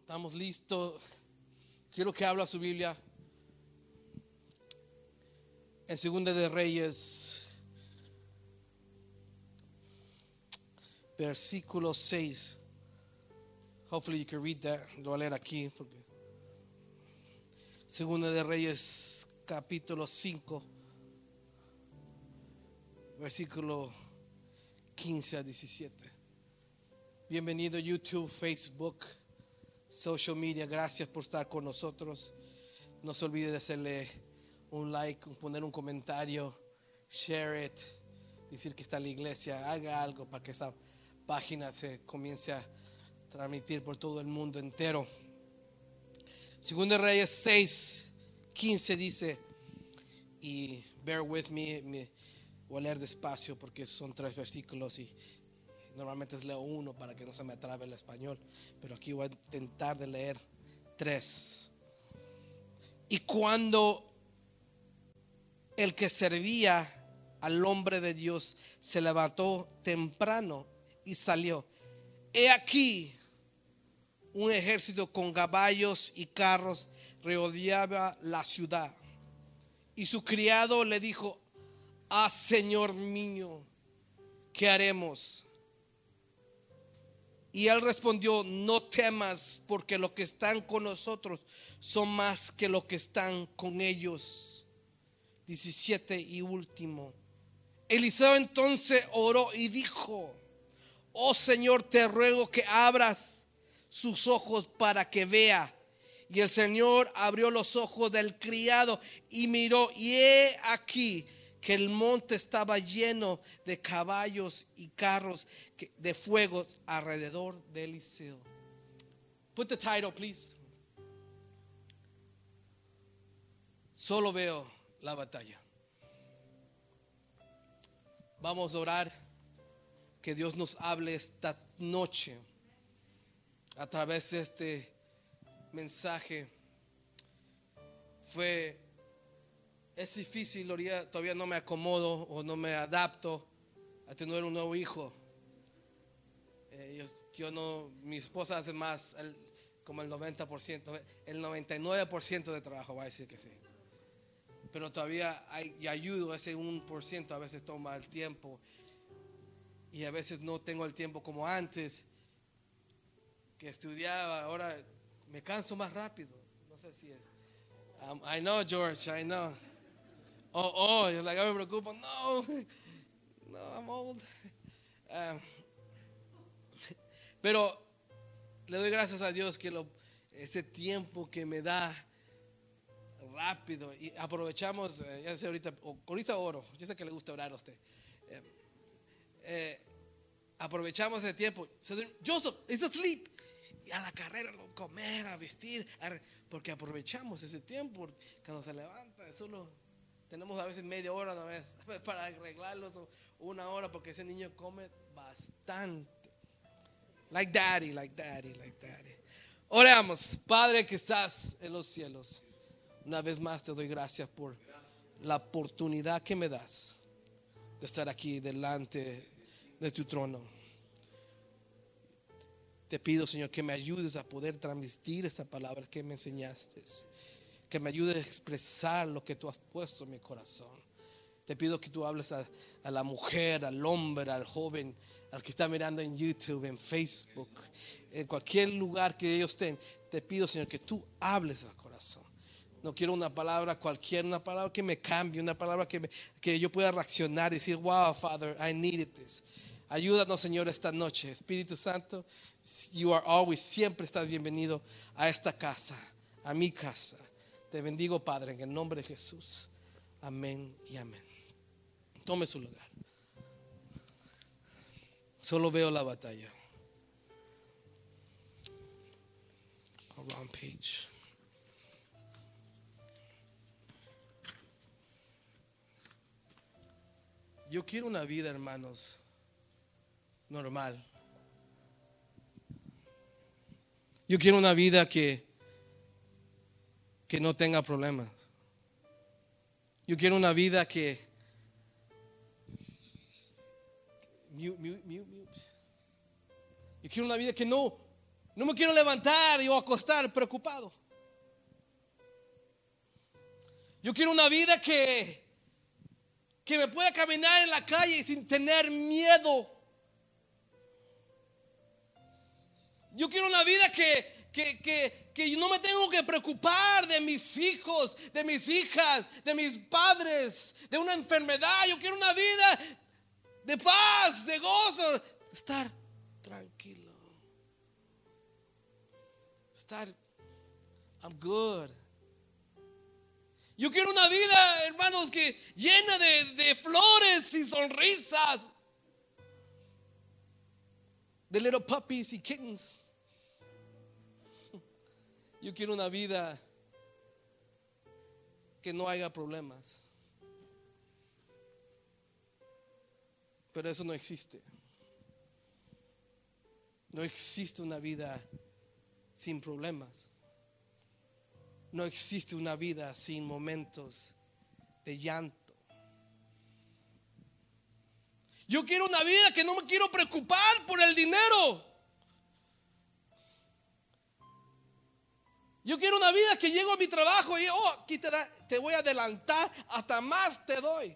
Estamos listos. Quiero que abra su Biblia en Segunda de Reyes, versículo 6. Hopefully you can read that. Lo voy a leer aquí porque Segunda de Reyes, capítulo 5, versículo 15 a 17. Bienvenido YouTube, Facebook, social media. Gracias por estar con nosotros. No se olvide de hacerle un like, poner un comentario, share it, decir que está en la iglesia. Haga algo para que esa página se comience a transmitir por todo el mundo entero. Segunda de Reyes 6, 15 dice, y bear with me, voy a leer despacio porque son 3 versículos y normalmente leo uno para que no se me atrabe el español, pero aquí voy a intentar de leer 3. Y cuando el que servía al hombre de Dios se levantó temprano y salió, he aquí un ejército con caballos y carros rodeaba la ciudad. Y su criado le dijo: Señor mío, ¿qué haremos? Y él respondió: no temas, porque los que están con nosotros son más que los que están con ellos. 17 y último. Eliseo entonces oró y dijo: oh Señor, te ruego que abras sus ojos para que vea. Y el Señor abrió los ojos del criado y miró, y he aquí que el monte estaba lleno de caballos y carros de fuego alrededor de Eliseo. Put the title, please. Solo veo la batalla. Vamos a orar que Dios nos hable esta noche a través de este mensaje. Es difícil, todavía no me acomodo o no me adapto a tener un nuevo hijo. Mi esposa hace más, como el 90%, el 99% de trabajo, va a decir que sí. Pero todavía ayudo, ese 1% a veces toma el tiempo. Y a veces no tengo el tiempo como antes, que estudiaba. Ahora me canso más rápido. No sé si es. I know, George, I know. Yo me preocupo. No, I'm old. Pero le doy gracias a Dios que ese tiempo que me da rápido, y aprovechamos, ya sé ahorita oro, yo sé que le gusta orar a usted. Aprovechamos ese tiempo. Joseph is asleep. Y a la carrera, a comer, a vestir, porque aprovechamos ese tiempo. Cuando se levanta, solo tenemos a veces media hora una vez para arreglarlos, o 1 hora, porque ese niño come bastante. Like daddy. Oramos. Padre que estás en los cielos, una vez más te doy gracias por la oportunidad que me das de estar aquí delante de tu trono. Te pido, Señor, que me ayudes a poder transmitir esa palabra que me enseñaste, que me ayudes a expresar lo que tú has puesto en mi corazón. Te pido que tú hables a la mujer, al hombre, al joven, al que está mirando en YouTube, en Facebook, en cualquier lugar que ellos estén. Te pido, Señor, que tú hables al corazón. No quiero una palabra cualquiera, una palabra que me cambie, una palabra que yo pueda reaccionar y decir: wow, Father, I needed this. Ayúdanos, Señor, esta noche. Espíritu Santo, you are always, siempre estás bienvenido a esta casa, a mi casa. Te bendigo, Padre, en el nombre de Jesús. Amén y amén. Tome su lugar. Solo veo la batalla. Wrong page. Yo quiero una vida, hermanos, normal. Yo quiero una vida que no tenga problemas. Yo quiero una vida que Yo quiero una vida que no No me quiero levantar y acostar preocupado. Yo quiero una vida que me pueda caminar en la calle sin tener miedo. Yo quiero una vida que no me tengo que preocupar de mis hijos, de mis hijas, de mis padres, de una enfermedad. Yo quiero una vida de paz, de gozo, estar tranquilo. I'm good. Yo quiero una vida, hermanos, que llena de flores y sonrisas, de little puppies y kittens. Yo quiero una vida que no haya problemas. Pero eso no existe. No existe una vida sin problemas. No existe una vida sin momentos de llanto. Yo quiero una vida que no me quiero preocupar por el dinero. Yo quiero una vida que llego a mi trabajo y aquí te voy a adelantar, hasta más te doy.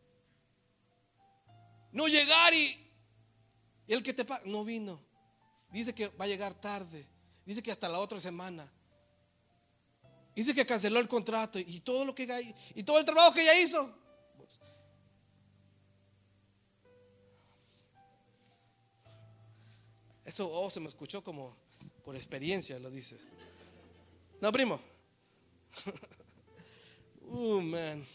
No llegar y el que te paga no vino. Dice que va a llegar tarde. Dice que hasta la otra semana. Dice que canceló el contrato y todo el trabajo que ella hizo. Eso se me escuchó como por experiencia, lo dice. No, primo. Man.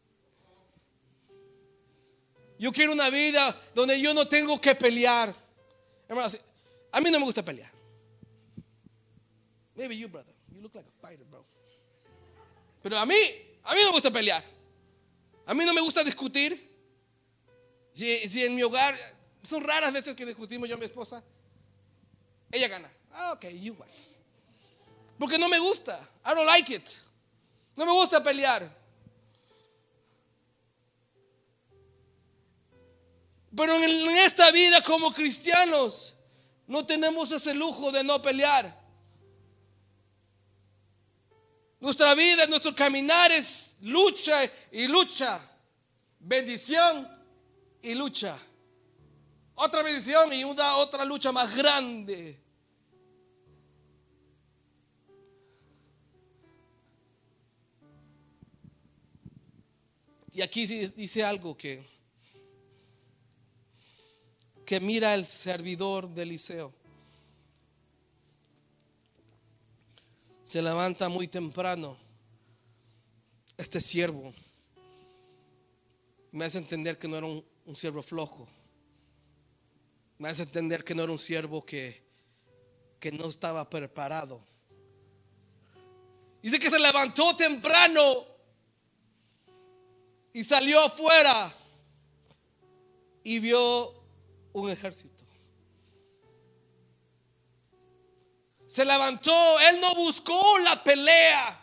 Yo quiero una vida donde yo no tengo que pelear. Hermanos, a mí no me gusta pelear. Maybe you, brother. You look like a fighter, bro. Pero a mí no me gusta pelear. A mí no me gusta discutir. Si en mi hogar, son raras veces que discutimos yo y mi esposa. Ella gana. Ok, you win. Porque no me gusta. I don't like it. No me gusta pelear. Pero en esta vida como cristianos no tenemos ese lujo de no pelear. Nuestra vida, nuestro caminar es lucha y lucha, bendición y lucha. Otra bendición y otra lucha más grande. Y aquí dice algo que mira el servidor de Eliseo. Se levanta muy temprano este siervo. Me hace entender que no era un siervo flojo. Me hace entender que no era un siervo que no estaba preparado. Dice que se levantó temprano y salió afuera y vio un ejército. Se levantó, él no buscó la pelea.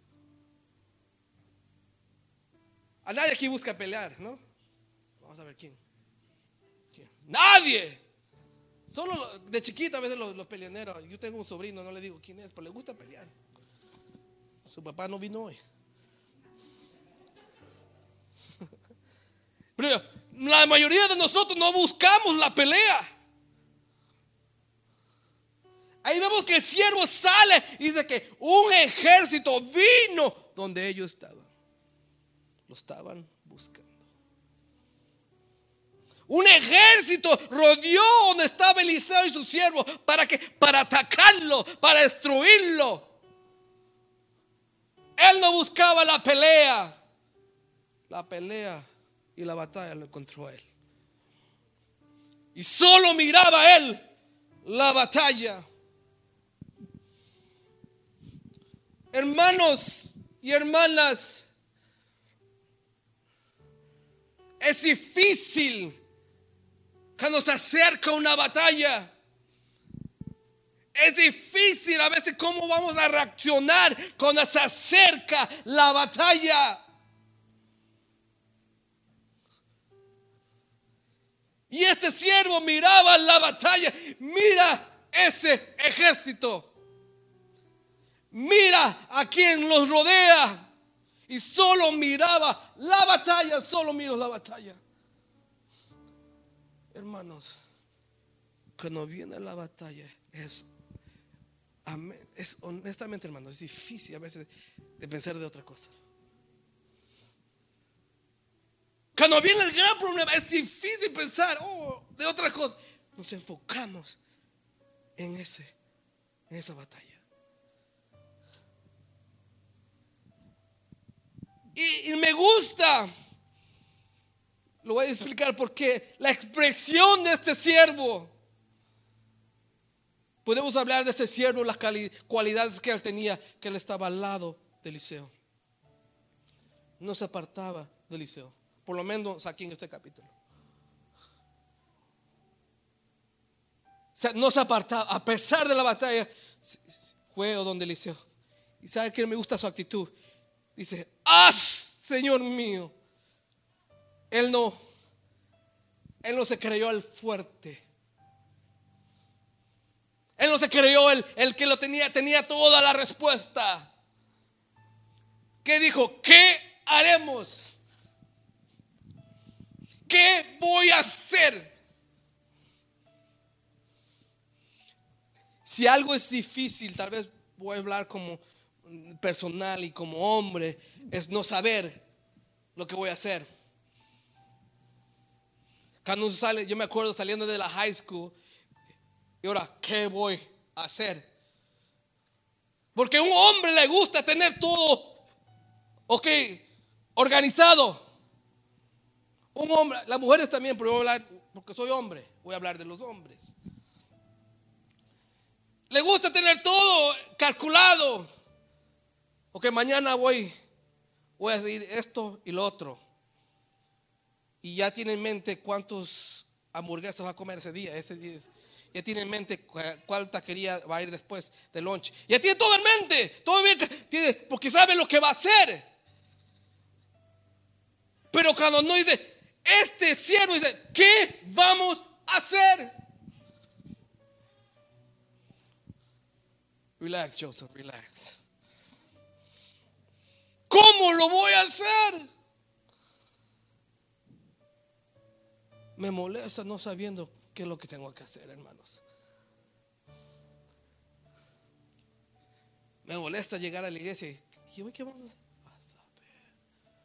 A nadie aquí busca pelear, ¿no? Vamos a ver quién. Nadie. Solo de chiquito a veces los peleoneros. Yo tengo un sobrino, no le digo quién es, pero le gusta pelear. Su papá no vino hoy. Pero la mayoría de nosotros no buscamos la pelea. Ahí vemos que el siervo sale y dice que un ejército vino donde ellos estaban. Lo estaban buscando. Un ejército rodeó donde estaba Eliseo y su siervo. Para atacarlo, para destruirlo. Él no buscaba la pelea. La pelea y la batalla lo encontró él. Y solo miraba él la batalla. Hermanos y hermanas, es difícil cuando se acerca una batalla. Es difícil a veces cómo vamos a reaccionar cuando se acerca la batalla. Y este siervo miraba la batalla. Mira ese ejército. Mira a quien los rodea. Y solo miraba la batalla, solo miro la batalla. Hermanos, cuando viene la batalla es honestamente, hermanos, es difícil a veces de pensar de otra cosa. Cuando viene el gran problema es difícil pensar de otra cosa. Nos enfocamos en esa batalla. Y me gusta, lo voy a explicar porque la expresión de este siervo, podemos hablar de este siervo, las cualidades que él tenía, que él estaba al lado de Eliseo. No se apartaba de Eliseo, por lo menos aquí en este capítulo. O sea, no se apartaba, a pesar de la batalla, fue donde Eliseo. Y sabe que me gusta su actitud. Dice, haz, Señor mío. Él no se creyó el fuerte. Él no se creyó el que lo tenía toda la respuesta. ¿Qué dijo? ¿Qué haremos? ¿Qué voy a hacer? Si algo es difícil, tal vez voy a hablar como personal y como hombre, es no saber lo que voy a hacer. Cuando uno sale, yo me acuerdo saliendo de la high school, y ahora, ¿qué voy a hacer? Porque a un hombre le gusta tener todo, organizado. Un hombre, las mujeres también, pero voy a hablar, porque soy hombre, voy a hablar de los hombres. Le gusta tener todo calculado. Mañana voy a hacer esto y lo otro. Y ya tiene en mente cuántos hamburguesas va a comer ese día. Ya tiene en mente cuál taquería va a ir después del lunch. Ya tiene todo en mente. Todo bien, porque sabe lo que va a hacer. Pero cuando no dice, este siervo dice, ¿qué vamos a hacer? Relax, Joseph, relax. ¿Cómo lo voy a hacer? Me molesta no sabiendo qué es lo que tengo que hacer, hermanos. Me molesta llegar a la iglesia y hoy ¿qué vamos a hacer? Vas a ver.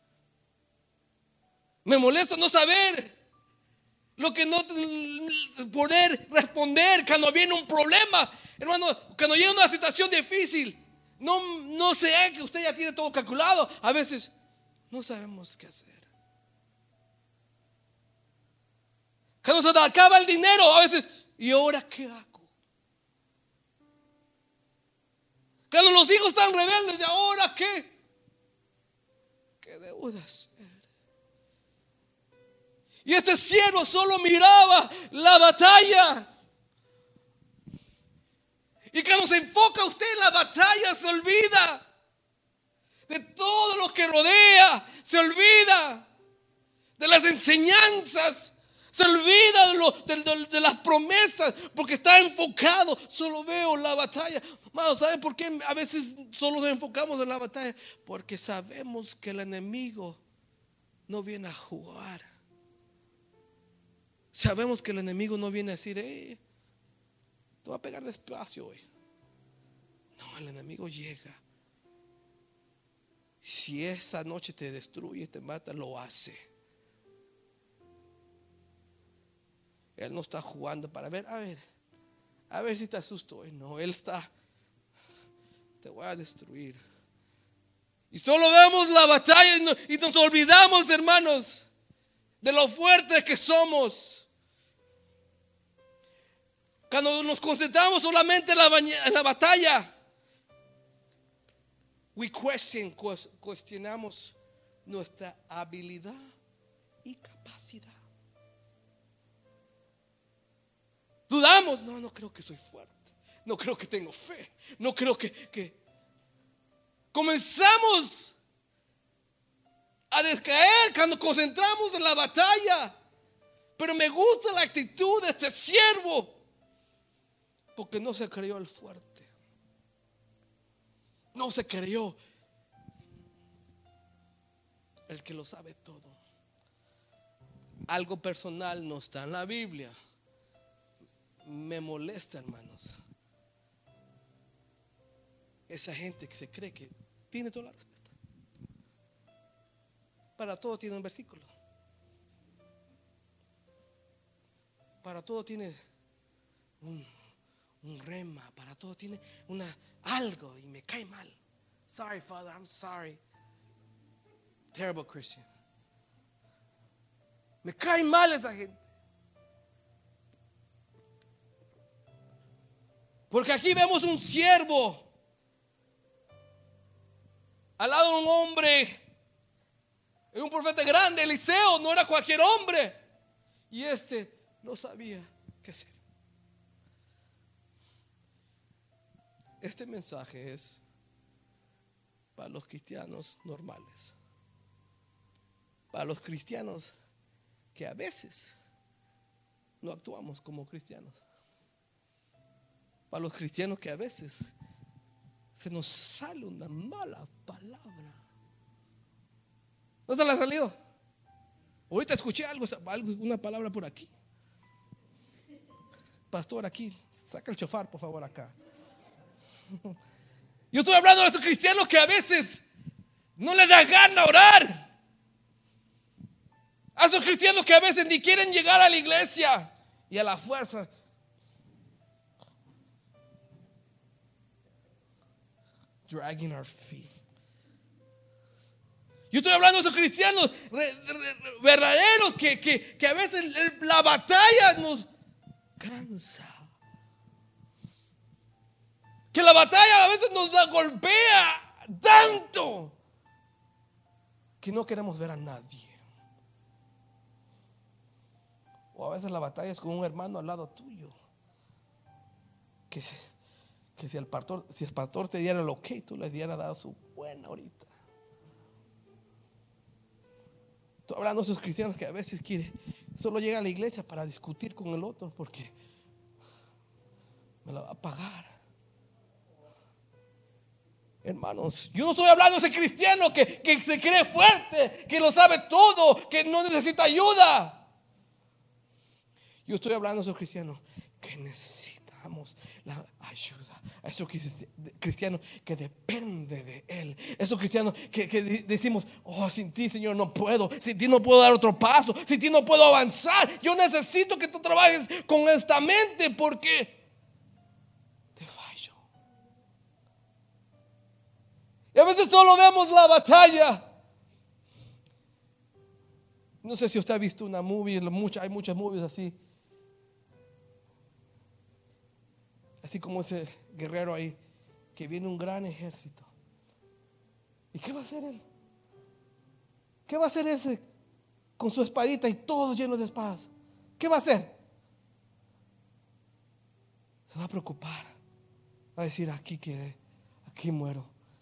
Me molesta no saber lo que no poder responder cuando viene un problema, hermano. Cuando llega una situación difícil, no sea que usted ya tiene todo calculado. A veces no sabemos qué hacer. Cuando se te acaba el dinero, a veces, ¿y ahora qué hago? Cuando los hijos están rebeldes, ¿y ahora qué? ¿Qué debo de hacer? Y este siervo solo miraba la batalla. Y cuando se enfoca usted en la batalla, se olvida de todo lo que rodea, se olvida de las enseñanzas, se olvida de las promesas, porque está enfocado. Solo veo la batalla. ¿Sabe por qué a veces solo nos enfocamos en la batalla? Porque sabemos que el enemigo no viene a jugar. Sabemos que el enemigo no viene a decir, te voy a pegar despacio hoy. No, el enemigo llega. Si esa noche te destruye, te mata, lo hace. Él no está jugando para ver, a ver si te asusto hoy. No, él está, te voy a destruir. Y solo vemos la batalla y nos olvidamos, hermanos, de lo fuertes que somos. Cuando nos concentramos solamente en la batalla, cuestionamos nuestra habilidad y capacidad. Dudamos, no creo que soy fuerte, no creo que tengo fe, no creo que comenzamos a descaer cuando concentramos en la batalla. Pero me gusta la actitud de este siervo. Porque no se creyó el fuerte. No se creyó el que lo sabe todo. Algo personal no está en la Biblia. Me molesta, hermanos, esa gente que se cree que tiene toda la respuesta. Para todo tiene un versículo. Para todo tiene un rema. Para todo tiene algo. Y me cae mal. Sorry, Father, I'm sorry. Terrible Christian. Me cae mal esa gente. Porque aquí vemos un siervo al lado de un hombre, un profeta grande. Eliseo no era cualquier hombre, y no sabía qué hacer. Este mensaje es para los cristianos normales, para los cristianos que a veces no actuamos como cristianos, para los cristianos que a veces se nos sale una mala palabra. ¿No se le ha salido? Ahorita escuché algo, una palabra por aquí. Pastor, aquí, saca el chofar, por favor, acá. Yo estoy hablando de estos cristianos que a veces no les da gana orar. A esos cristianos que a veces ni quieren llegar a la iglesia y a la fuerza dragging our feet. Yo estoy hablando de esos cristianos verdaderos que a veces la batalla nos cansa. Que la batalla a veces nos golpea tanto que no queremos ver a nadie. O a veces la batalla es con un hermano al lado tuyo. Que si el pastor te diera el ok, tú le dieras dado su buena ahorita. Estoy hablando de esos cristianos que a veces solo llega a la iglesia para discutir con el otro porque me la va a pagar. Hermanos, yo no estoy hablando de ese cristiano que se cree fuerte, que lo sabe todo, que no necesita ayuda. Yo estoy hablando de esos cristianos que necesitamos la ayuda. A esos cristianos que depende de Él. Esos cristianos que decimos: oh, sin ti, Señor, no puedo. Sin ti no puedo dar otro paso. Sin ti no puedo avanzar. Yo necesito que tú trabajes con esta mente porque te fallo. Y a veces solo vemos la batalla. No sé si usted ha visto una movie. Hay muchas movies así. Así como ese guerrero ahí, que viene un gran ejército. ¿Y qué va a hacer él? ¿Qué va a hacer ese con su espadita y todos llenos de espadas? ¿Qué va a hacer? Se va a preocupar. Va a decir: aquí quedé, aquí muero.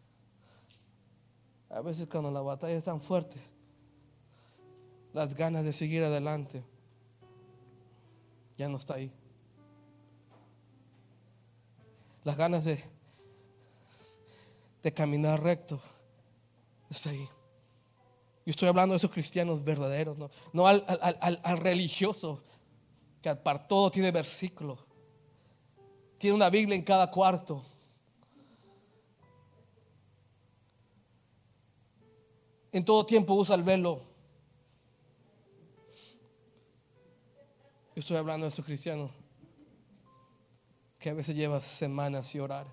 A veces cuando la batalla es tan fuerte, las ganas de seguir adelante ya no está ahí. Las ganas de caminar recto está ahí. Yo estoy hablando de esos cristianos verdaderos, no al religioso que para todo tiene versículos, tiene una Biblia en cada cuarto. En todo tiempo usa el velo. Yo estoy hablando de esos cristianos que a veces lleva semanas sin orar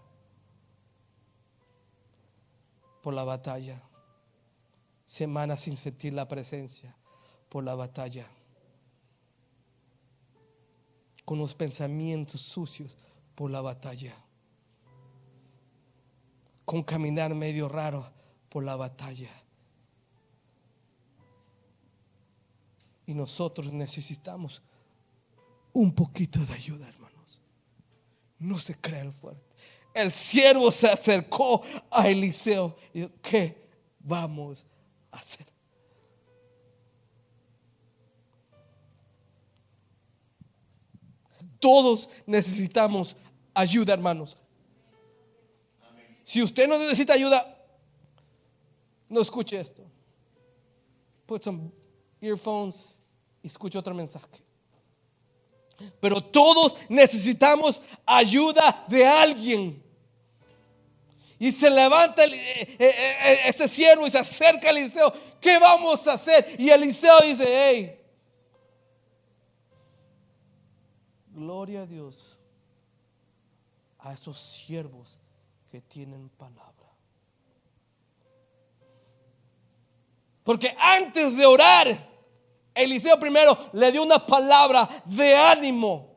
por la batalla, semanas sin sentir la presencia por la batalla, con los pensamientos sucios por la batalla, con caminar medio raro por la batalla. Y nosotros necesitamos un poquito de ayuda, hermanos. No se cree el fuerte. El siervo se acercó a Eliseo y dijo: ¿qué vamos a hacer? Todos necesitamos ayuda, hermanos. Si usted no necesita ayuda, no escuche esto. Put some earphones y escuche otro mensaje. Pero todos necesitamos ayuda de alguien. Y se levanta este siervo y se acerca a Eliseo. ¿Qué vamos a hacer? Y Eliseo dice: hey, gloria a Dios a esos siervos que tienen palabra. Porque antes de orar, Eliseo primero le dio una palabra de ánimo.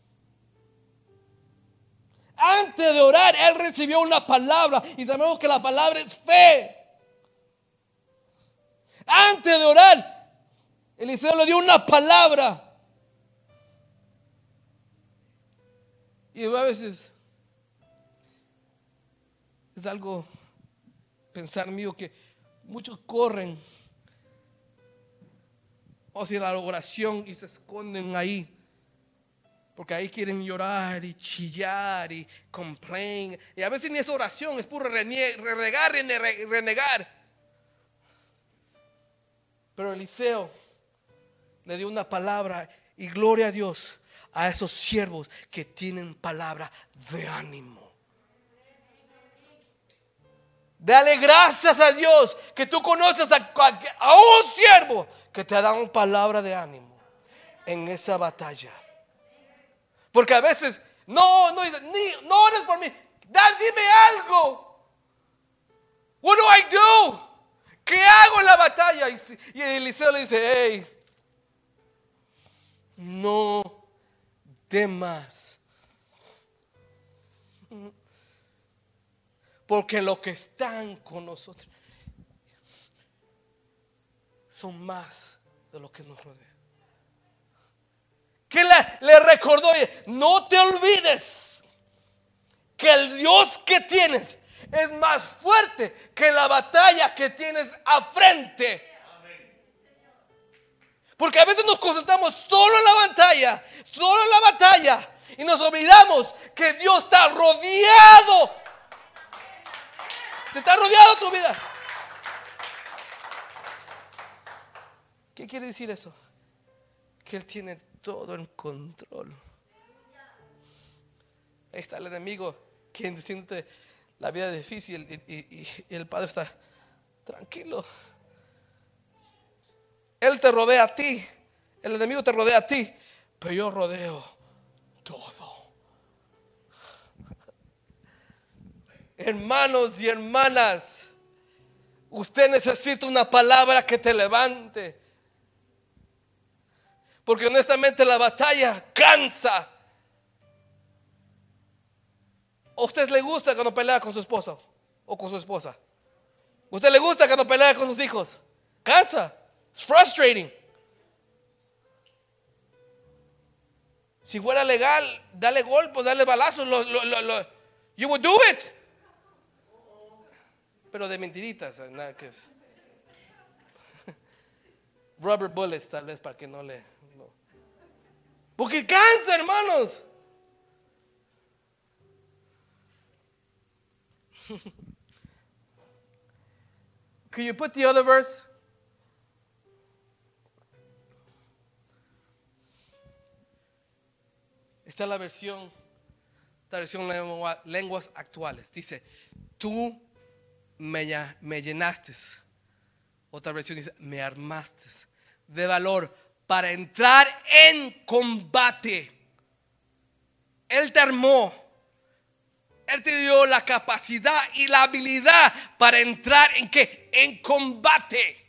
Antes de orar, él recibió una palabra. Y sabemos que la palabra es fe. Antes de orar, Eliseo le dio una palabra. Y a veces es algo pensar mío que muchos corren hacia la oración y se esconden ahí, porque ahí quieren llorar y chillar y complain. Y a veces ni es oración, es puro renegar. Pero Eliseo le dio una palabra, y gloria a Dios a esos siervos que tienen palabra de ánimo. Dale gracias a Dios que tú conoces a un siervo que te ha dado una palabra de ánimo en esa batalla. Porque a veces no ores por mí. Dime algo. What do I do? ¿Qué hago en la batalla? Y Eliseo le dice: hey, no temas, porque los que están con nosotros son más de los que nos rodean. Que le recordó: no te olvides que el Dios que tienes es más fuerte que la batalla que tienes a frente. Porque a veces nos concentramos solo en la batalla, y nos olvidamos que Dios está rodeado. Te está rodeado tu vida. ¿Qué quiere decir eso? Que Él tiene todo en control. Ahí está el enemigo quien diciéndote la vida es difícil, y el Padre está tranquilo. Él te rodea a ti, el enemigo te rodea a ti, pero yo rodeo todo. Hermanos y hermanas, usted necesita una palabra que te levante. Porque honestamente la batalla cansa. ¿A usted le gusta cuando pelea con su esposo o con su esposa? ¿A usted le gusta cuando pelea con sus hijos? Cansa. It's frustrating. Si fuera legal, dale golpes, dale balazos, you would do it. Pero de mentiritas, nada que es. Rubber bullets, tal vez, para que no. Porque cansa, hermanos. Can you put the other verse? Esta es la versión lenguas actuales. Dice: tú me llenaste. Otra versión dice: me armaste de valor para entrar en combate. Él te armó. Él te dio la capacidad y la habilidad para entrar en ¿qué? En combate.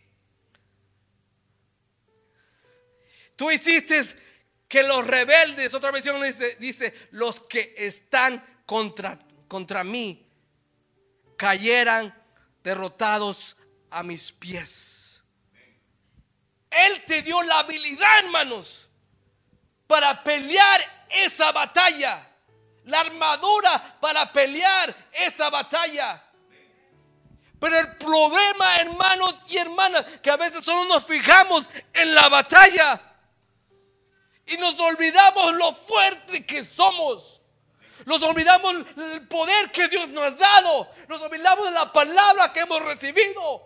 Tú hiciste que los rebeldes, otra versión dice los que están contra mí cayeran derrotados a mis pies. Él te dio la habilidad, hermanos, para pelear esa batalla, la armadura para pelear esa batalla. Pero el problema, hermanos y hermanas, que a veces solo nos fijamos en la batalla y nos olvidamos lo fuerte que somos, Nos olvidamos del poder que Dios nos ha dado. Nos olvidamos de la palabra que hemos recibido.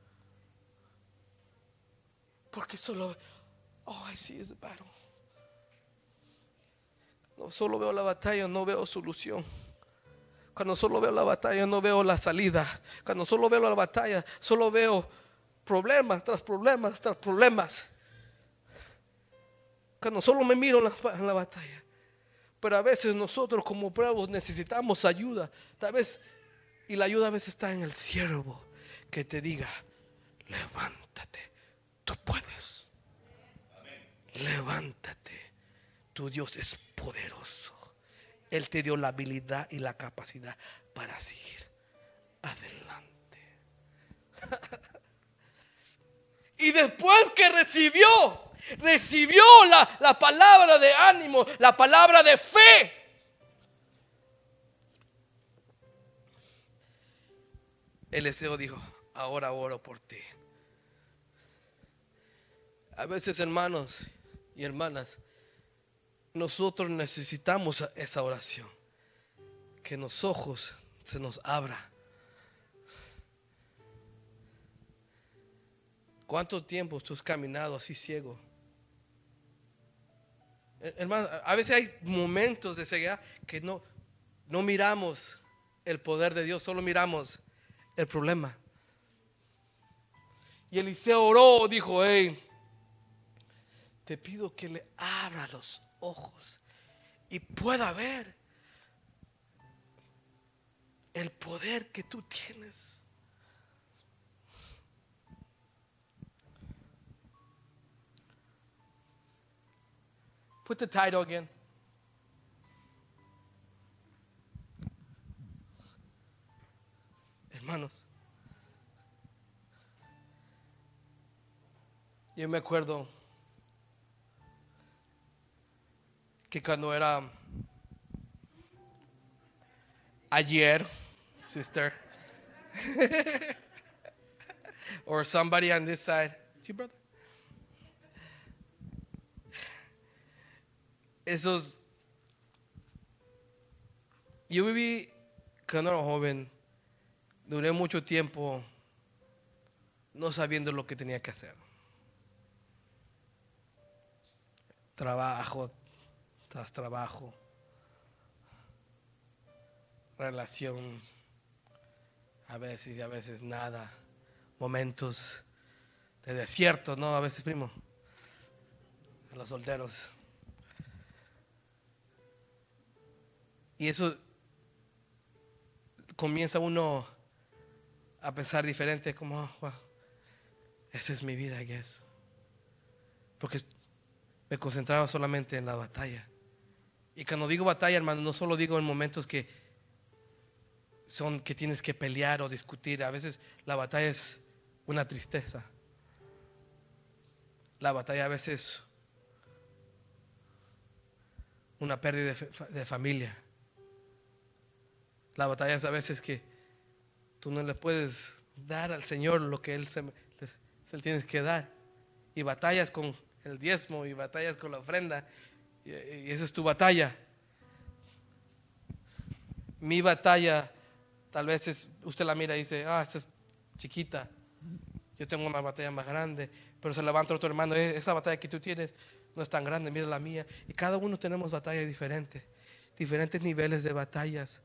Porque solo, oh, I see the battle. No solo veo la batalla, no veo solución. Cuando solo veo la batalla, no veo la salida. Cuando solo veo la batalla, solo veo problemas tras problemas tras problemas. Cuando solo me miro en la batalla. Pero a veces nosotros como pueblos necesitamos ayuda. Tal vez, y la ayuda a veces está en el siervo que te diga: levántate, tú puedes. Levántate, tu Dios es poderoso. Él te dio la habilidad y la capacidad para seguir adelante. Y después que recibió la palabra de ánimo, la palabra de fe, Eliseo dijo: ahora oro por ti. A veces, hermanos y hermanas, nosotros necesitamos esa oración, que los ojos se nos abran. ¿Cuánto tiempo tú has caminado así ciego? Hermano, a veces hay momentos de ceguera que no miramos el poder de Dios, solo miramos el problema. Y Eliseo oró, dijo: hey, te pido que le abra los ojos y pueda ver el poder que tú tienes. Put the title again. Hermanos, yo me acuerdo que cuando era ayer, sister, or somebody on this side, you brother, yo viví cuando era joven, duré mucho tiempo no sabiendo lo que tenía que hacer. Trabajo tras trabajo, relación, a veces y a veces nada, momentos de desierto, ¿no? A veces, primo, a los solteros. Y eso comienza uno a pensar diferente, como, oh, wow, esa es mi vida, I guess. Porque me concentraba solamente en la batalla. Y cuando digo batalla, hermano, no solo digo en momentos que tienes que pelear o discutir. A veces la batalla es una tristeza. La batalla a veces es una pérdida de familia. La batalla es a veces que tú no le puedes dar al Señor lo que Él se tienes que dar. Y batallas con el diezmo y batallas con la ofrenda. Y esa es tu batalla. Mi batalla, tal vez usted la mira y dice: esta es chiquita. Yo tengo una batalla más grande. Pero se levanta otro hermano: esa batalla que tú tienes no es tan grande, mira la mía. Y cada uno tenemos batallas diferentes, diferentes niveles de batallas.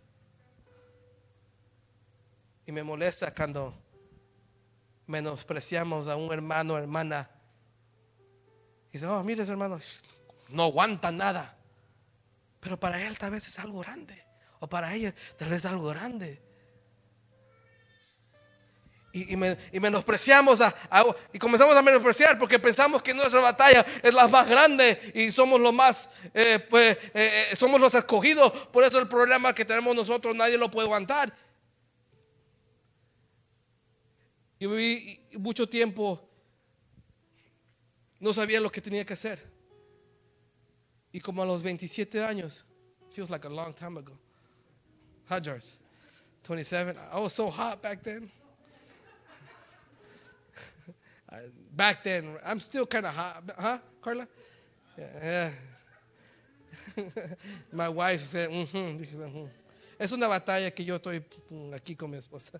Y me molesta cuando menospreciamos a un hermano o hermana. Y dice: oh, mire ese hermano, no aguanta nada. Pero para él tal vez es algo grande. O para ella tal vez es algo grande. Y menospreciamos y comenzamos a menospreciar porque pensamos que nuestra batalla es la más grande y somos los más somos los escogidos. Por eso el problema que tenemos nosotros nadie lo puede aguantar. Yo viví mucho tiempo, no sabía lo que tenía que hacer. Y como a los 27 años, feels like a long time ago. How yours? 27. I was so hot back then. Back then, I'm still kind of hot, huh, Carla? Yeah. My wife said, Dije, Es una batalla que yo estoy aquí con mi esposa.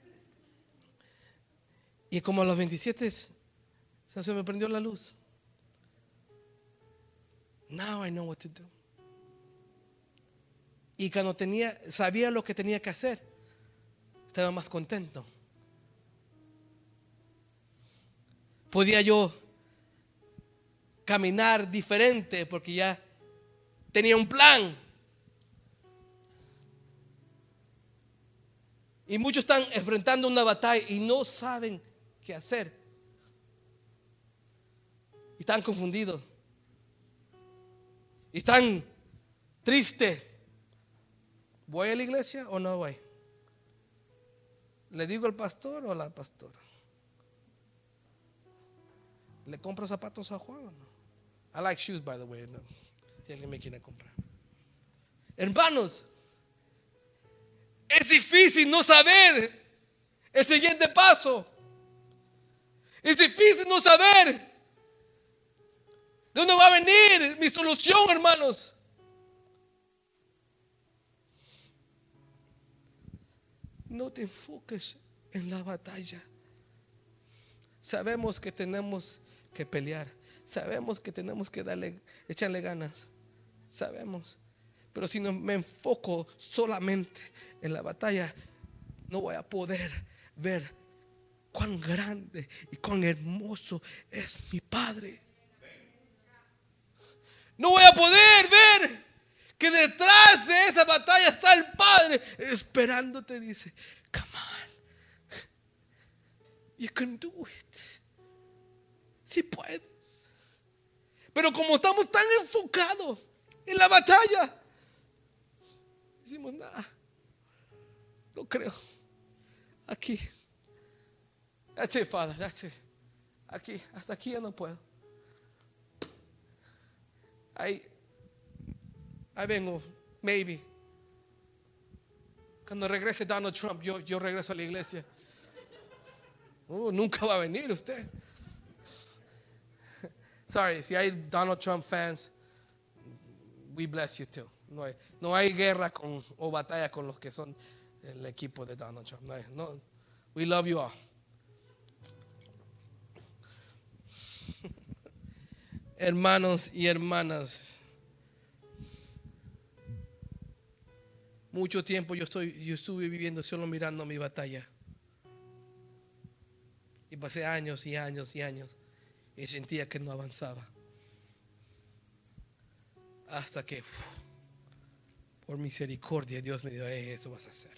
Y como a los 27 se me prendió la luz. Now I know what to do. Y cuando sabía lo que tenía que hacer, estaba más contento. Podía yo caminar diferente porque ya tenía un plan. Y muchos están enfrentando una batalla y no saben qué hacer. Y están confundidos. Y están tristes. ¿Voy a la iglesia o no voy? ¿Le digo al pastor o a la pastora? ¿Le compro zapatos a Juan o no? I like shoes, by the way. No. Si alguien me quiere comprar. Hermanos, es difícil no saber el siguiente paso. Es difícil no saber de dónde va a venir mi solución, hermanos. No te enfoques en la batalla. Sabemos que tenemos que pelear. Sabemos que tenemos que echarle ganas. Sabemos. Pero si no me enfoco solamente en la batalla, no voy a poder ver cuán grande y cuán hermoso es mi Padre. No voy a poder ver que detrás de esa batalla está el Padre esperándote. Dice, come on, you can do it. Si puedes. Pero como estamos tan enfocados en la batalla, decimos, nada, no creo. Aquí, that's it, Father, that's it. Aquí, hasta aquí ya no puedo. Ahí vengo, maybe. Cuando regrese Donald Trump, yo regreso a la iglesia. Nunca va a venir usted. Sorry, si hay Donald Trump fans, we bless you too. No hay guerra o batalla con los que son el equipo de Donald Trump. No, we love you all. Hermanos y hermanas, mucho tiempo yo estuve viviendo solo mirando mi batalla. Y pasé años y años y años y sentía que no avanzaba. Hasta que por misericordia Dios me dijo, eso vas a hacer.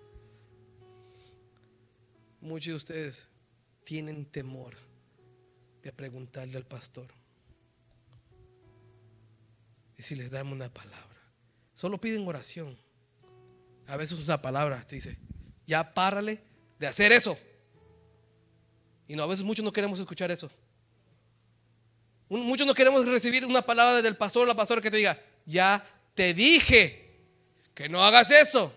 Muchos de ustedes tienen temor de preguntarle al pastor. Y si les damos una palabra, solo piden oración. A veces una palabra te dice, ya párale de hacer eso. Y no, a veces muchos no queremos escuchar eso. Muchos no queremos recibir una palabra del pastor o la pastora que te diga, ya te dije que no hagas eso.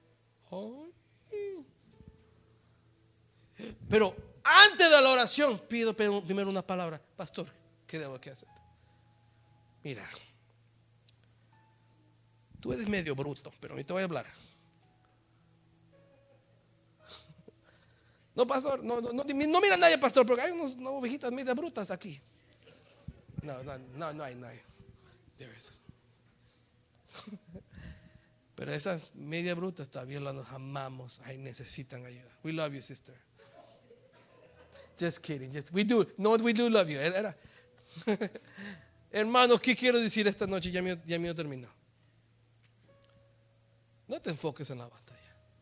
Pero antes de la oración pido primero una palabra. Pastor, ¿qué debo hacer? Mira, tú eres medio bruto, pero ni te voy a hablar. No, pastor, no mira a nadie, pastor, porque hay unas ovejitas medio brutas aquí. No hay nadie. There is. Pero esas media brutas todavía las amamos. Ahí necesitan ayuda. We love you, sister. Just kidding. We do love you. Hermanos, ¿qué quiero decir esta noche? Ya mío terminó. No te enfoques en la batalla.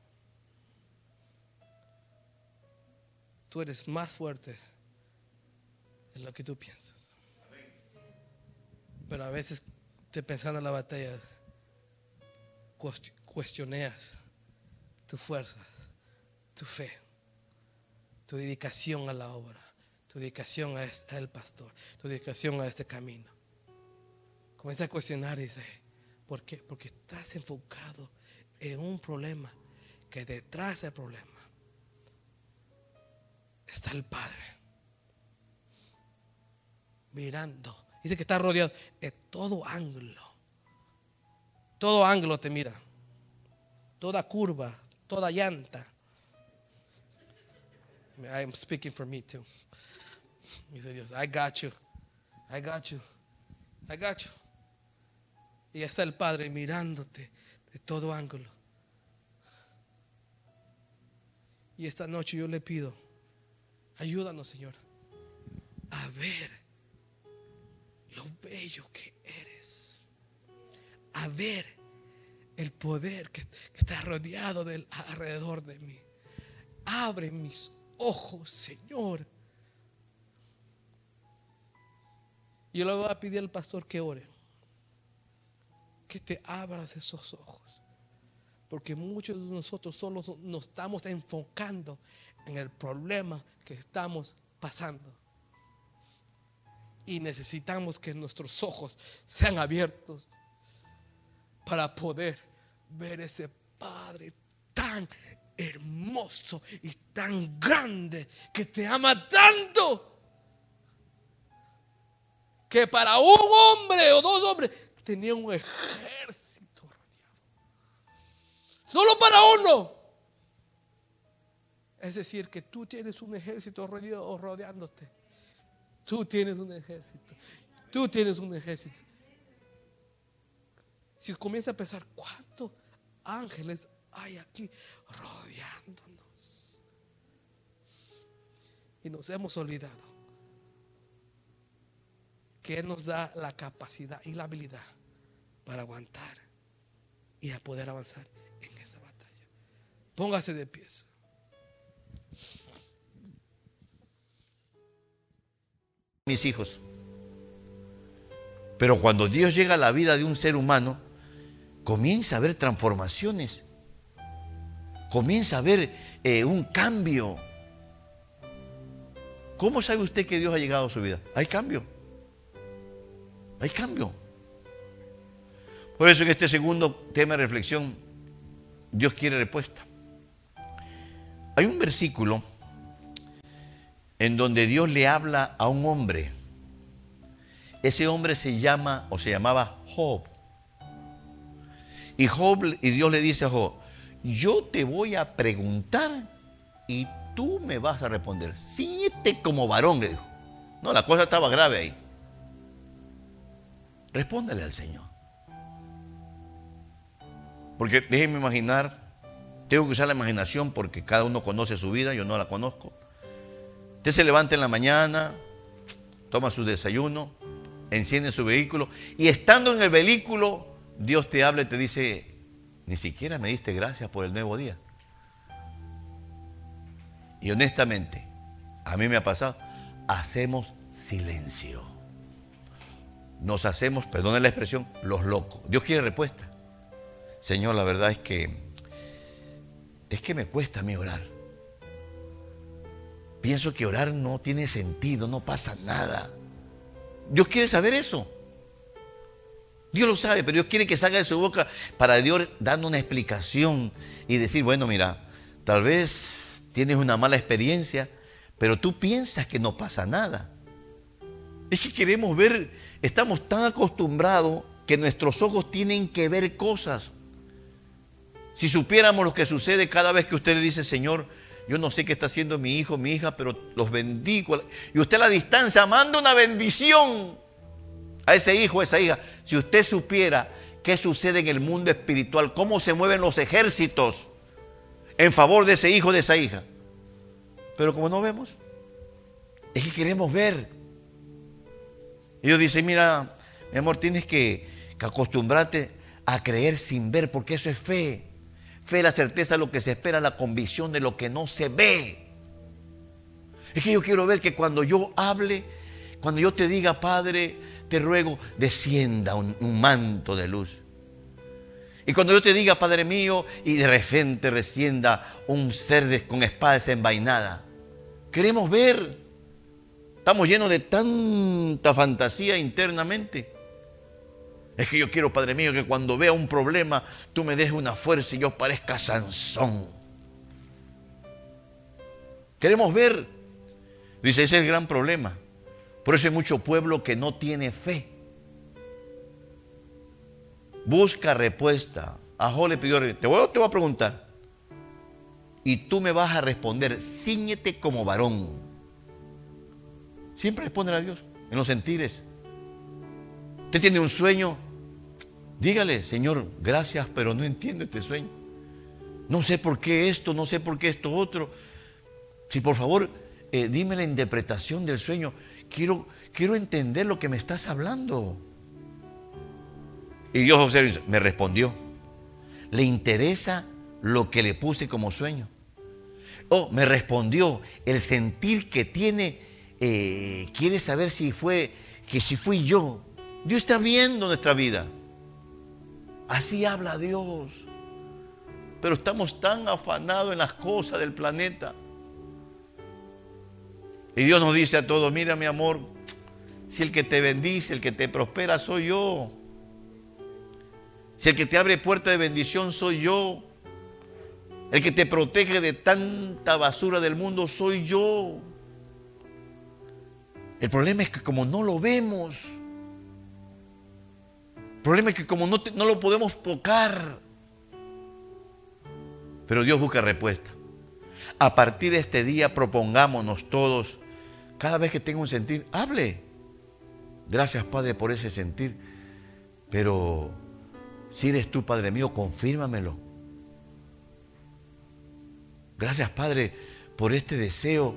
Tú eres más fuerte de lo que tú piensas. Pero a veces te pensando en la batalla, cuestionas tus fuerzas, tu fe, tu dedicación a la obra, tu dedicación al pastor, tu dedicación a este camino. Comienza a cuestionar y dice, ¿por qué? Porque estás enfocado en un problema, que detrás del problema está el Padre mirando. Dice que está rodeado de todo ángulo Todo ángulo te mira. Toda curva, toda llanta. I am speaking for me too. Dice Dios, I got you. I got you. I got you. Y está el Padre mirándote de todo ángulo. Y esta noche yo le pido, ayúdanos, Señor, a ver lo bello que eres, a ver el poder que está rodeado alrededor de mí. Abre mis ojos, Señor. Yo le voy a pedir al pastor que ore, que te abras esos ojos, porque muchos de nosotros solo nos estamos enfocando en el problema que estamos pasando. Y necesitamos que nuestros ojos sean abiertos para poder ver ese Padre tan hermoso y tan grande, que te ama tanto, que para un hombre o dos hombres tenía un ejército rodeado. Solo para uno. Es decir, que tú tienes un ejército rodeándote. Tú tienes un ejército. Tú tienes un ejército. Si comienza a pensar, ¿cuántos ángeles hay aquí rodeándonos? Y nos hemos olvidado que Él nos da la capacidad y la habilidad para aguantar y a poder avanzar en esa batalla. Póngase de pies. Mis hijos. Pero cuando Dios llega a la vida de un ser humano, comienza a haber transformaciones, comienza a haber un cambio. ¿Cómo sabe usted que Dios ha llegado a su vida? Hay cambio. Hay cambio. Por eso en este segundo tema de reflexión, Dios quiere respuesta. Hay un versículo en donde Dios le habla a un hombre. Ese hombre se llama o se llamaba Job. Y Dios le dice a Job, yo te voy a preguntar y tú me vas a responder. Síguete como varón, le dijo. No, la cosa estaba grave ahí. Respóndale al Señor. Porque déjenme imaginar, tengo que usar la imaginación porque cada uno conoce su vida, yo no la conozco. Usted se levanta en la mañana, toma su desayuno, enciende su vehículo y estando en el vehículo, Dios te habla y te dice, ni siquiera me diste gracias por el nuevo día. Y honestamente, a mí me ha pasado, hacemos silencio. Nos hacemos, perdone la expresión, los locos. Dios quiere respuesta. Señor, la verdad es que me cuesta a mí orar. Pienso que orar no tiene sentido, no pasa nada. Dios quiere saber eso. Dios lo sabe, pero Dios quiere que salga de su boca para Dios darnos una explicación y decir, bueno, mira, tal vez tienes una mala experiencia, pero tú piensas que no pasa nada. Es que queremos ver, estamos tan acostumbrados que nuestros ojos tienen que ver cosas. Si supiéramos lo que sucede cada vez que usted le dice, Señor, yo no sé qué está haciendo mi hijo, mi hija, pero los bendigo. Y usted a la distancia manda una bendición a ese hijo, a esa hija. Si usted supiera qué sucede en el mundo espiritual, cómo se mueven los ejércitos en favor de ese hijo, de esa hija. Pero como no vemos, es que queremos ver. Y Dios dice, mira, mi amor, tienes que acostumbrarte a creer sin ver, porque eso es fe. Fe es la certeza de lo que se espera, la convicción de lo que no se ve. Es que yo quiero ver que cuando yo hable, cuando yo te diga, Padre, te ruego, descienda un manto de luz. Y cuando yo te diga, Padre mío, y de repente descienda un ser con espada desenvainada. Queremos ver. Estamos llenos de tanta fantasía internamente. Es que yo quiero, Padre mío, que cuando vea un problema, tú me des una fuerza y yo parezca Sansón. Queremos ver. Dice, ese es el gran problema. Por eso hay mucho pueblo que no tiene fe. busca respuesta. A Job le pidió, te voy a preguntar. Y tú me vas a responder, cíñete como varón. Siempre responde a Dios en los sentires. Usted tiene un sueño, dígale, Señor, gracias, pero no entiendo este sueño. No sé por qué esto, no sé por qué esto otro. Si por favor, dime la interpretación del sueño. Quiero entender lo que me estás hablando. Y Dios me respondió. Le interesa lo que le puse como sueño. Oh, me respondió. El sentir que tiene, quiere saber si fui yo. Dios está viendo nuestra vida. Así habla Dios. Pero estamos tan afanados en las cosas del planeta. Y Dios nos dice a todos, mira mi amor, si el que te bendice, el que te prospera soy yo. Si el que te abre puerta de bendición soy yo. El que te protege de tanta basura del mundo soy yo. El problema es que como no lo vemos, el problema es que como no lo podemos tocar. Pero Dios busca respuesta. A partir de este día propongámonos todos, cada vez que tenga un sentir, hable. Gracias, Padre, por ese sentir. Pero si eres tú, Padre mío, confírmamelo. Gracias, Padre, por este deseo.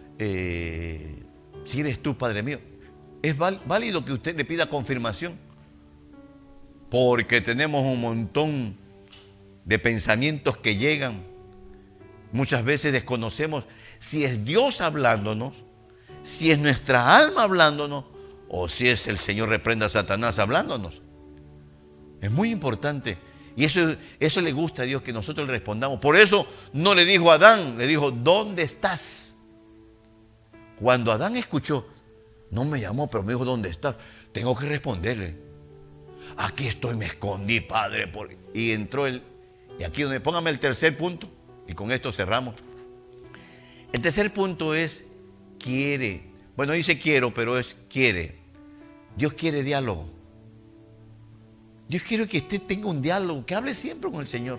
Si eres tú, Padre mío. Es válido que usted le pida confirmación. Porque tenemos un montón de pensamientos que llegan. Muchas veces desconocemos si es Dios hablándonos, si es nuestra alma hablándonos, o si es el Señor reprenda a Satanás hablándonos. Es muy importante. Y eso le gusta a Dios, que nosotros le respondamos. Por eso no le dijo a Adán, le dijo, ¿dónde estás? Cuando Adán escuchó, no me llamó, pero me dijo, ¿dónde estás? Tengo que responderle. Aquí estoy, me escondí, Padre. Y entró él. Y aquí donde póngame el tercer punto, y con esto cerramos. El tercer punto es quiere. Bueno, dice quiero, pero es quiere. Dios quiere diálogo. Dios quiere que usted tenga un diálogo, que hable siempre con el Señor.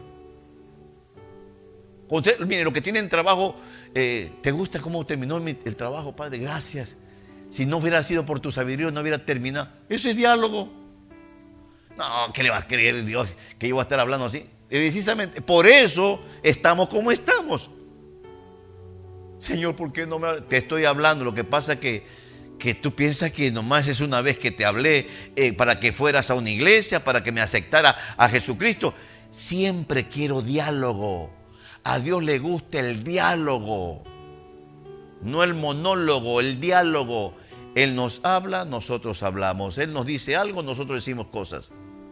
Usted, mire, los que tienen trabajo, ¿te gusta cómo terminó el trabajo, Padre? Gracias. Si no hubiera sido por tu sabiduría, no hubiera terminado. Eso es diálogo. No, ¿qué le vas a creer Dios? Que yo voy a estar hablando así. Precisamente, por eso estamos como estamos. Señor, ¿por qué no me te estoy hablando? Lo que pasa es que tú piensas que nomás es una vez que te hablé para que fueras a una iglesia, para que me aceptara a Jesucristo. Siempre quiero diálogo. A Dios le gusta el diálogo, no el monólogo, el diálogo. Él nos habla, nosotros hablamos. Él nos dice algo, nosotros decimos cosas.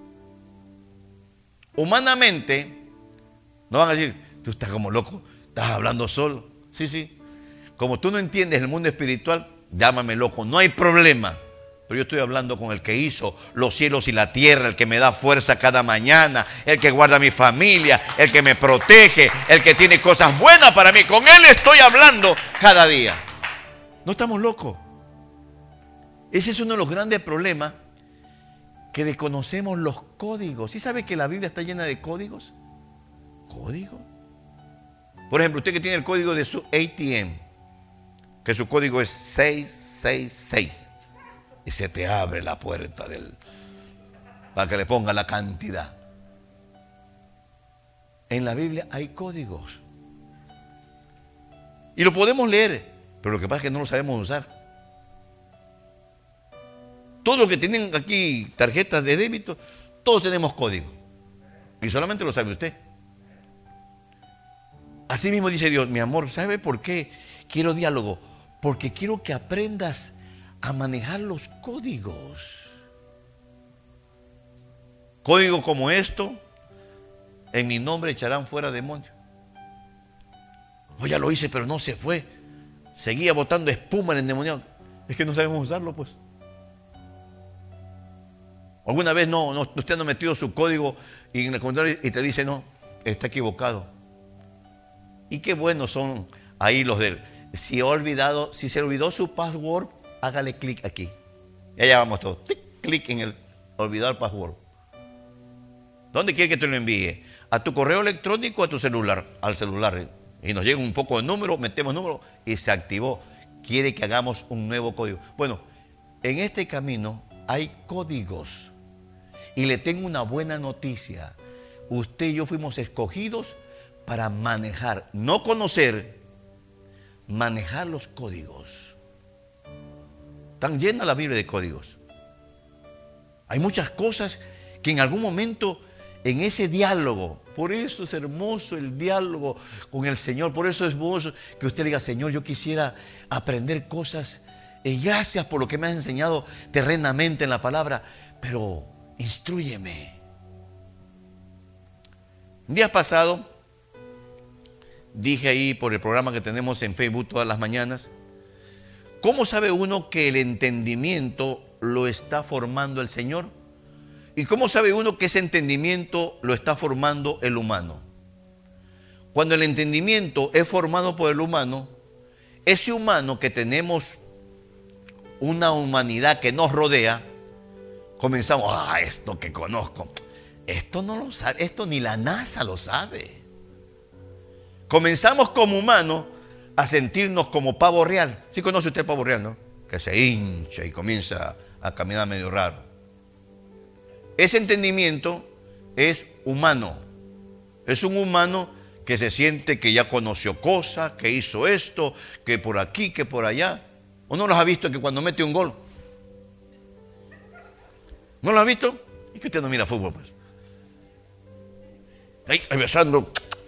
Humanamente, no van a decir, tú estás como loco, estás hablando solo. Sí, sí. Como tú no entiendes el mundo espiritual, llámame loco, no hay problema. Pero yo estoy hablando con el que hizo los cielos y la tierra, el que me da fuerza cada mañana, el que guarda a mi familia, el que me protege, el que tiene cosas buenas para mí. Con él estoy hablando cada día. No estamos locos. Ese es uno de los grandes problemas, que desconocemos los códigos. ¿Sí sabe que la Biblia está llena de códigos? ¿Código? Por ejemplo, usted que tiene el código de su ATM, que su código es 666, y se te abre la puerta para que le ponga la cantidad. En la Biblia hay códigos. Y lo podemos leer, pero lo que pasa es que no lo sabemos usar. Todos los que tienen aquí tarjetas de débito, todos tenemos código. Y solamente lo sabe usted. Así mismo dice Dios, mi amor, ¿sabe por qué quiero diálogo? Porque quiero que aprendas a manejar los códigos. Código como esto, en mi nombre echarán fuera demonios. Oh, ya lo hice, pero no se fue. Seguía botando espuma en el endemoniado. Es que no sabemos usarlo, pues. ¿Alguna vez usted no ha metido su código y en el comentario y te dice no, está equivocado? Y qué buenos son ahí los del, si se olvidó su password, hágale clic aquí. Y allá vamos todos, clic en el olvidar password. ¿Dónde quiere que te lo envíe? ¿A tu correo electrónico o a tu celular? Al celular. Y nos llega un poco de número, metemos número y se activó. Quiere que hagamos un nuevo código. Bueno, en este camino hay códigos. Y le tengo una buena noticia. Usted y yo fuimos escogidos para manejar, no conocer, manejar los códigos. Tan llena la Biblia de códigos. Hay muchas cosas que en algún momento en ese diálogo, por eso es hermoso el diálogo con el Señor, por eso es hermoso que usted diga, Señor, yo quisiera aprender cosas, gracias por lo que me has enseñado terrenamente en la palabra, pero instrúyeme. Un día pasado, dije ahí por el programa que tenemos en Facebook todas las mañanas, ¿cómo sabe uno que el entendimiento lo está formando el Señor? ¿Y cómo sabe uno que ese entendimiento lo está formando el humano? Cuando el entendimiento es formado por el humano, ese humano que tenemos, una humanidad que nos rodea, comenzamos, esto que conozco, esto no lo sabe, esto ni la NASA lo sabe. Comenzamos como humanos a sentirnos como pavo real. ¿Sí conoce usted el pavo real, no? Que se hincha y comienza a caminar medio raro. Ese entendimiento es humano. Es un humano que se siente que ya conoció cosas, que hizo esto, que por aquí, que por allá. ¿O no los ha visto que cuando mete un gol? ¿No lo ha visto? Es que usted no mira fútbol, pues. Ahí besando.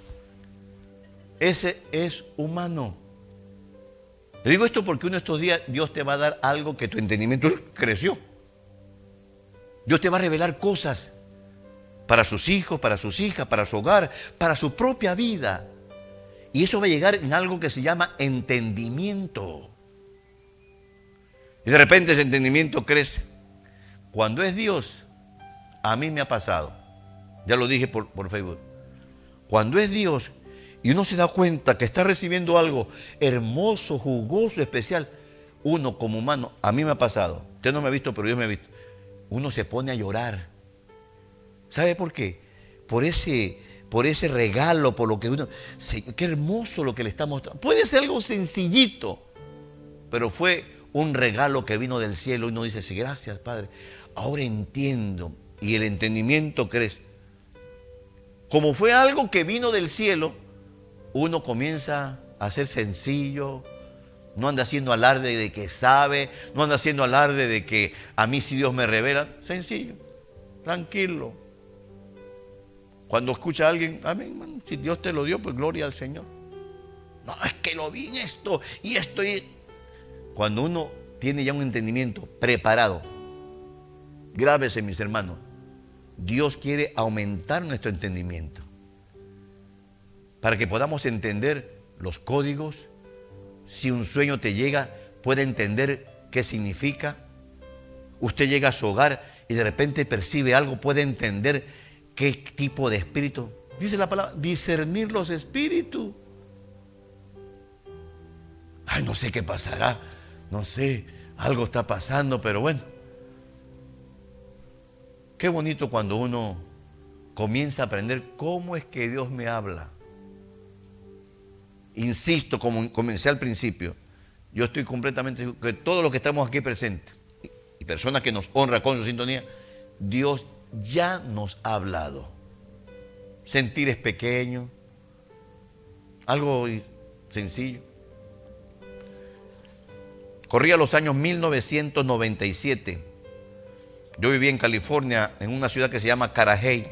Ese es humano. Le digo esto porque uno de estos días Dios te va a dar algo que tu entendimiento creció. Dios te va a revelar cosas para sus hijos, para sus hijas, para su hogar, para su propia vida. Y eso va a llegar en algo que se llama entendimiento. Y de repente ese entendimiento crece. Cuando es Dios, a mí me ha pasado. Ya lo dije por Facebook. Cuando es Dios y uno se da cuenta que está recibiendo algo hermoso, jugoso, especial, uno como humano, a mí me ha pasado. Usted no me ha visto, pero Dios me ha visto. Uno se pone a llorar. ¿Sabe por qué? Por ese regalo, por lo que uno... Qué hermoso lo que le está mostrando. Puede ser algo sencillito, pero fue un regalo que vino del cielo. Y uno dice, sí, gracias, Padre. Ahora entiendo. Y el entendimiento crece. Como fue algo que vino del cielo, uno comienza a ser sencillo. No anda haciendo alarde de que sabe, no anda haciendo alarde de que a mí si Dios me revela. Sencillo, tranquilo. Cuando escucha a alguien, amén, hermano, si Dios te lo dio, pues gloria al Señor. No, es que lo vi en esto y esto. Cuando uno tiene ya un entendimiento preparado, grábese, mis hermanos, Dios quiere aumentar nuestro entendimiento para que podamos entender los códigos. Si un sueño te llega, puede entender qué significa. Usted llega a su hogar y de repente percibe algo, puede entender qué tipo de espíritu. Dice la palabra, discernir los espíritus. Ay, no sé qué pasará, no sé, algo está pasando, pero bueno. Qué bonito cuando uno comienza a aprender cómo es que Dios me habla. Insisto, como comencé al principio, yo estoy completamente seguro que todos los que estamos aquí presentes y personas que nos honran con su sintonía, Dios ya nos ha hablado. Sentir es pequeño, algo sencillo. Corría los años 1997. Yo vivía en California, en una ciudad que se llama Carajay.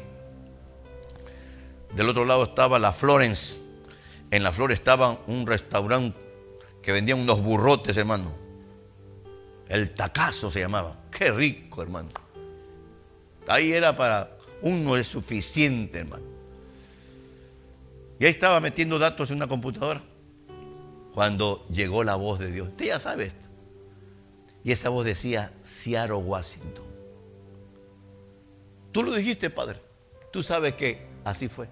Del otro lado estaba la Florence. En la Flor estaba un restaurante que vendían unos burrotes, hermano. El Tacazo se llamaba. Qué rico, hermano. Ahí era para uno es suficiente, hermano. Y ahí estaba metiendo datos en una computadora cuando llegó la voz de Dios. Usted ya sabe esto. Y esa voz decía Seattle, Washington. Tú lo dijiste, Padre. Tú sabes que así fue.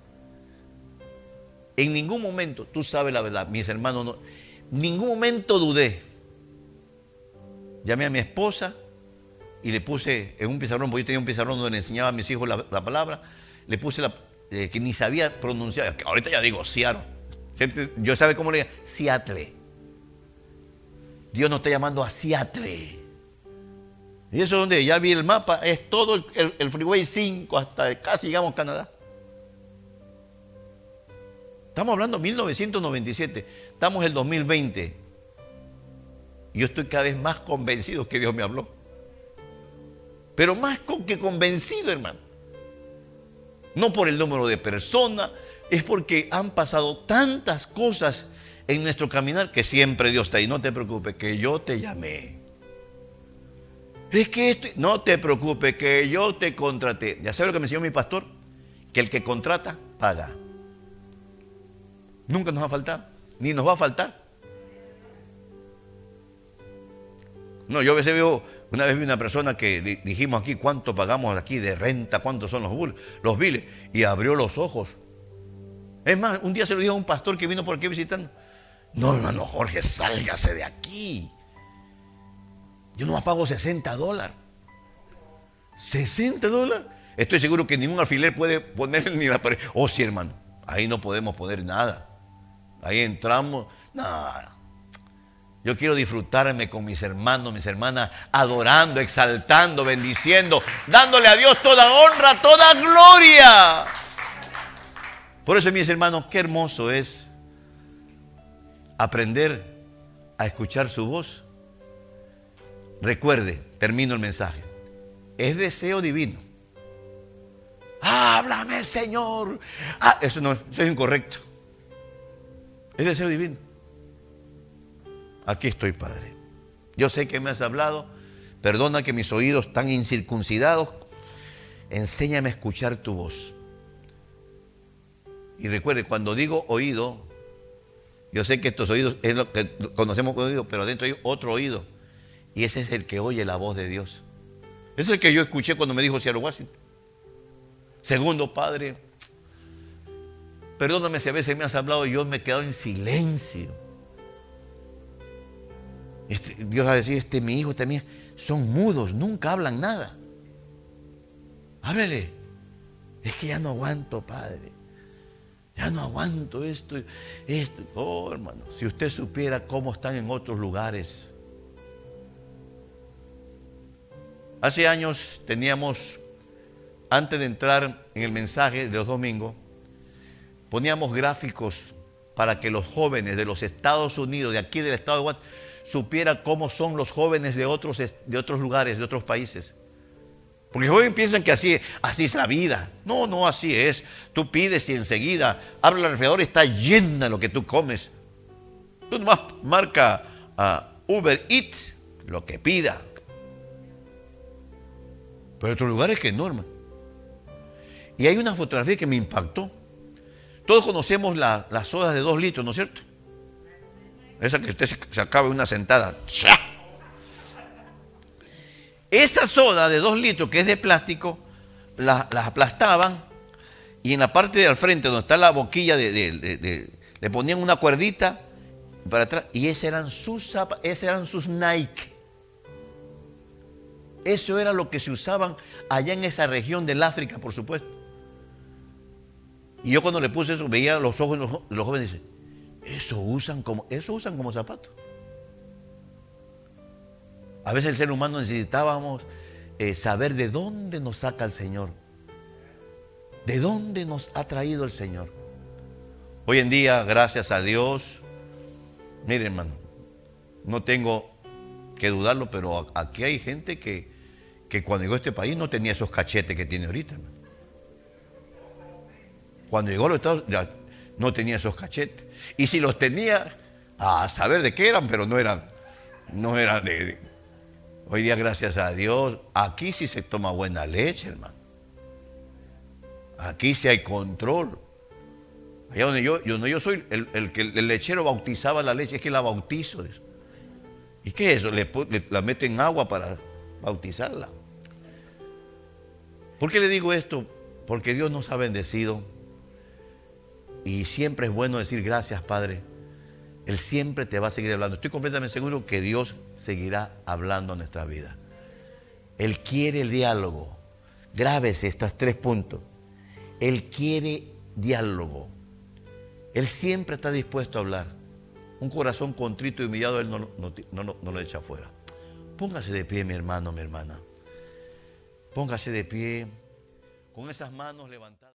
En ningún momento, tú sabes la verdad, mis hermanos, no, ningún momento dudé. Llamé a mi esposa y le puse en un pizarrón, porque yo tenía un pizarrón donde le enseñaba a mis hijos la palabra. le puse que ni sabía pronunciar. Ahorita ya digo Seattle. Yo sabe cómo le llamo. Seattle. Dios nos está llamando a Seattle. Y eso es donde ya vi el mapa. Es todo el Freeway 5 hasta casi llegamos a Canadá. Estamos hablando de 1997. Estamos en el 2020. Y yo estoy cada vez más convencido que Dios me habló. Pero más que convencido, hermano. No por el número de personas, es porque han pasado tantas cosas en nuestro caminar que siempre Dios está ahí. No te preocupes, que yo te llamé. Es que no te preocupes, que yo te contraté. ¿Ya sabes lo que me enseñó mi pastor? Que el que contrata, paga. Nunca nos va a faltar, ni nos va a faltar. No, yo a veces una vez vi una persona que dijimos aquí cuánto pagamos aquí de renta, cuántos son los biles, y abrió los ojos. Es más, un día se lo dijo a un pastor que vino por aquí visitando. No, hermano Jorge, sálgase de aquí. Yo nomás pago $60. $60. Estoy seguro que ningún alfiler puede poner ni la pared. Oh, sí, hermano, ahí no podemos poner nada. Ahí entramos, nada. Yo quiero disfrutarme con mis hermanos, mis hermanas, adorando, exaltando, bendiciendo, dándole a Dios toda honra, toda gloria. Por eso, mis hermanos, qué hermoso es aprender a escuchar su voz. Recuerde, termino el mensaje. Es deseo divino. Háblame, Señor. Eso es incorrecto. Es deseo divino. Aquí estoy, Padre. Yo sé que me has hablado. Perdona que mis oídos están incircuncidados. Enséñame a escuchar tu voz. Y recuerde, cuando digo oído, yo sé que estos oídos es lo que conocemos como oído, pero adentro hay otro oído. Y ese es el que oye la voz de Dios. Ese es el que yo escuché cuando me dijo Seattle Washington. Segundo, Padre, perdóname si a veces me has hablado y yo me he quedado en silencio. Dios va a decir, mi hijo, mi hija, son mudos, nunca hablan nada. Háblele. Es que ya no aguanto, Padre. Ya no aguanto esto. Oh, hermano, si usted supiera cómo están en otros lugares. Hace años teníamos, antes de entrar en el mensaje de los domingos, poníamos gráficos para que los jóvenes de los Estados Unidos, de aquí del estado de Guatemala, supiera cómo son los jóvenes de otros lugares, de otros países. Porque los jóvenes piensan que así es la vida. No, no así es. Tú pides y enseguida abre la refrigeradora y está llena lo que tú comes. Tú nomás marca Uber Eats lo que pida. Pero hay otros lugares que no, hermano. Y hay una fotografía que me impactó. Todos conocemos las sodas de 2 litros, ¿no es cierto? Esa que usted se acaba en una sentada. ¡Cha! Esa soda de 2 litros que es de plástico, las aplastaban y en la parte de al frente donde está la boquilla le ponían una cuerdita para atrás y esos eran sus Nike. Eso era lo que se usaban allá en esa región del África, por supuesto. Y yo cuando le puse eso, veía los ojos de los jóvenes y dicen, eso usan como zapatos. A veces el ser humano necesitábamos saber de dónde nos saca el Señor. De dónde nos ha traído el Señor. Hoy en día, gracias a Dios, mire, hermano, no tengo que dudarlo, pero aquí hay gente que cuando llegó a este país no tenía esos cachetes que tiene ahorita, hermano. Cuando llegó a los Estados Unidos no tenía esos cachetes. Y si los tenía, a saber de qué eran, pero no eran de... Hoy día, gracias a Dios, aquí sí se toma buena leche, hermano. Aquí sí hay control. Allá donde yo soy, el lechero bautizaba la leche, es que la bautizo. ¿Y qué es eso? La mete en agua para bautizarla. ¿Por qué le digo esto? Porque Dios nos ha bendecido. Y siempre es bueno decir gracias, Padre. Él siempre te va a seguir hablando. Estoy completamente seguro que Dios seguirá hablando en nuestra vida. Él quiere el diálogo. Grábese estos 3 puntos. Él quiere diálogo. Él siempre está dispuesto a hablar. Un corazón contrito y humillado, Él no lo echa afuera. Póngase de pie, mi hermano, mi hermana. Póngase de pie, con esas manos levantadas.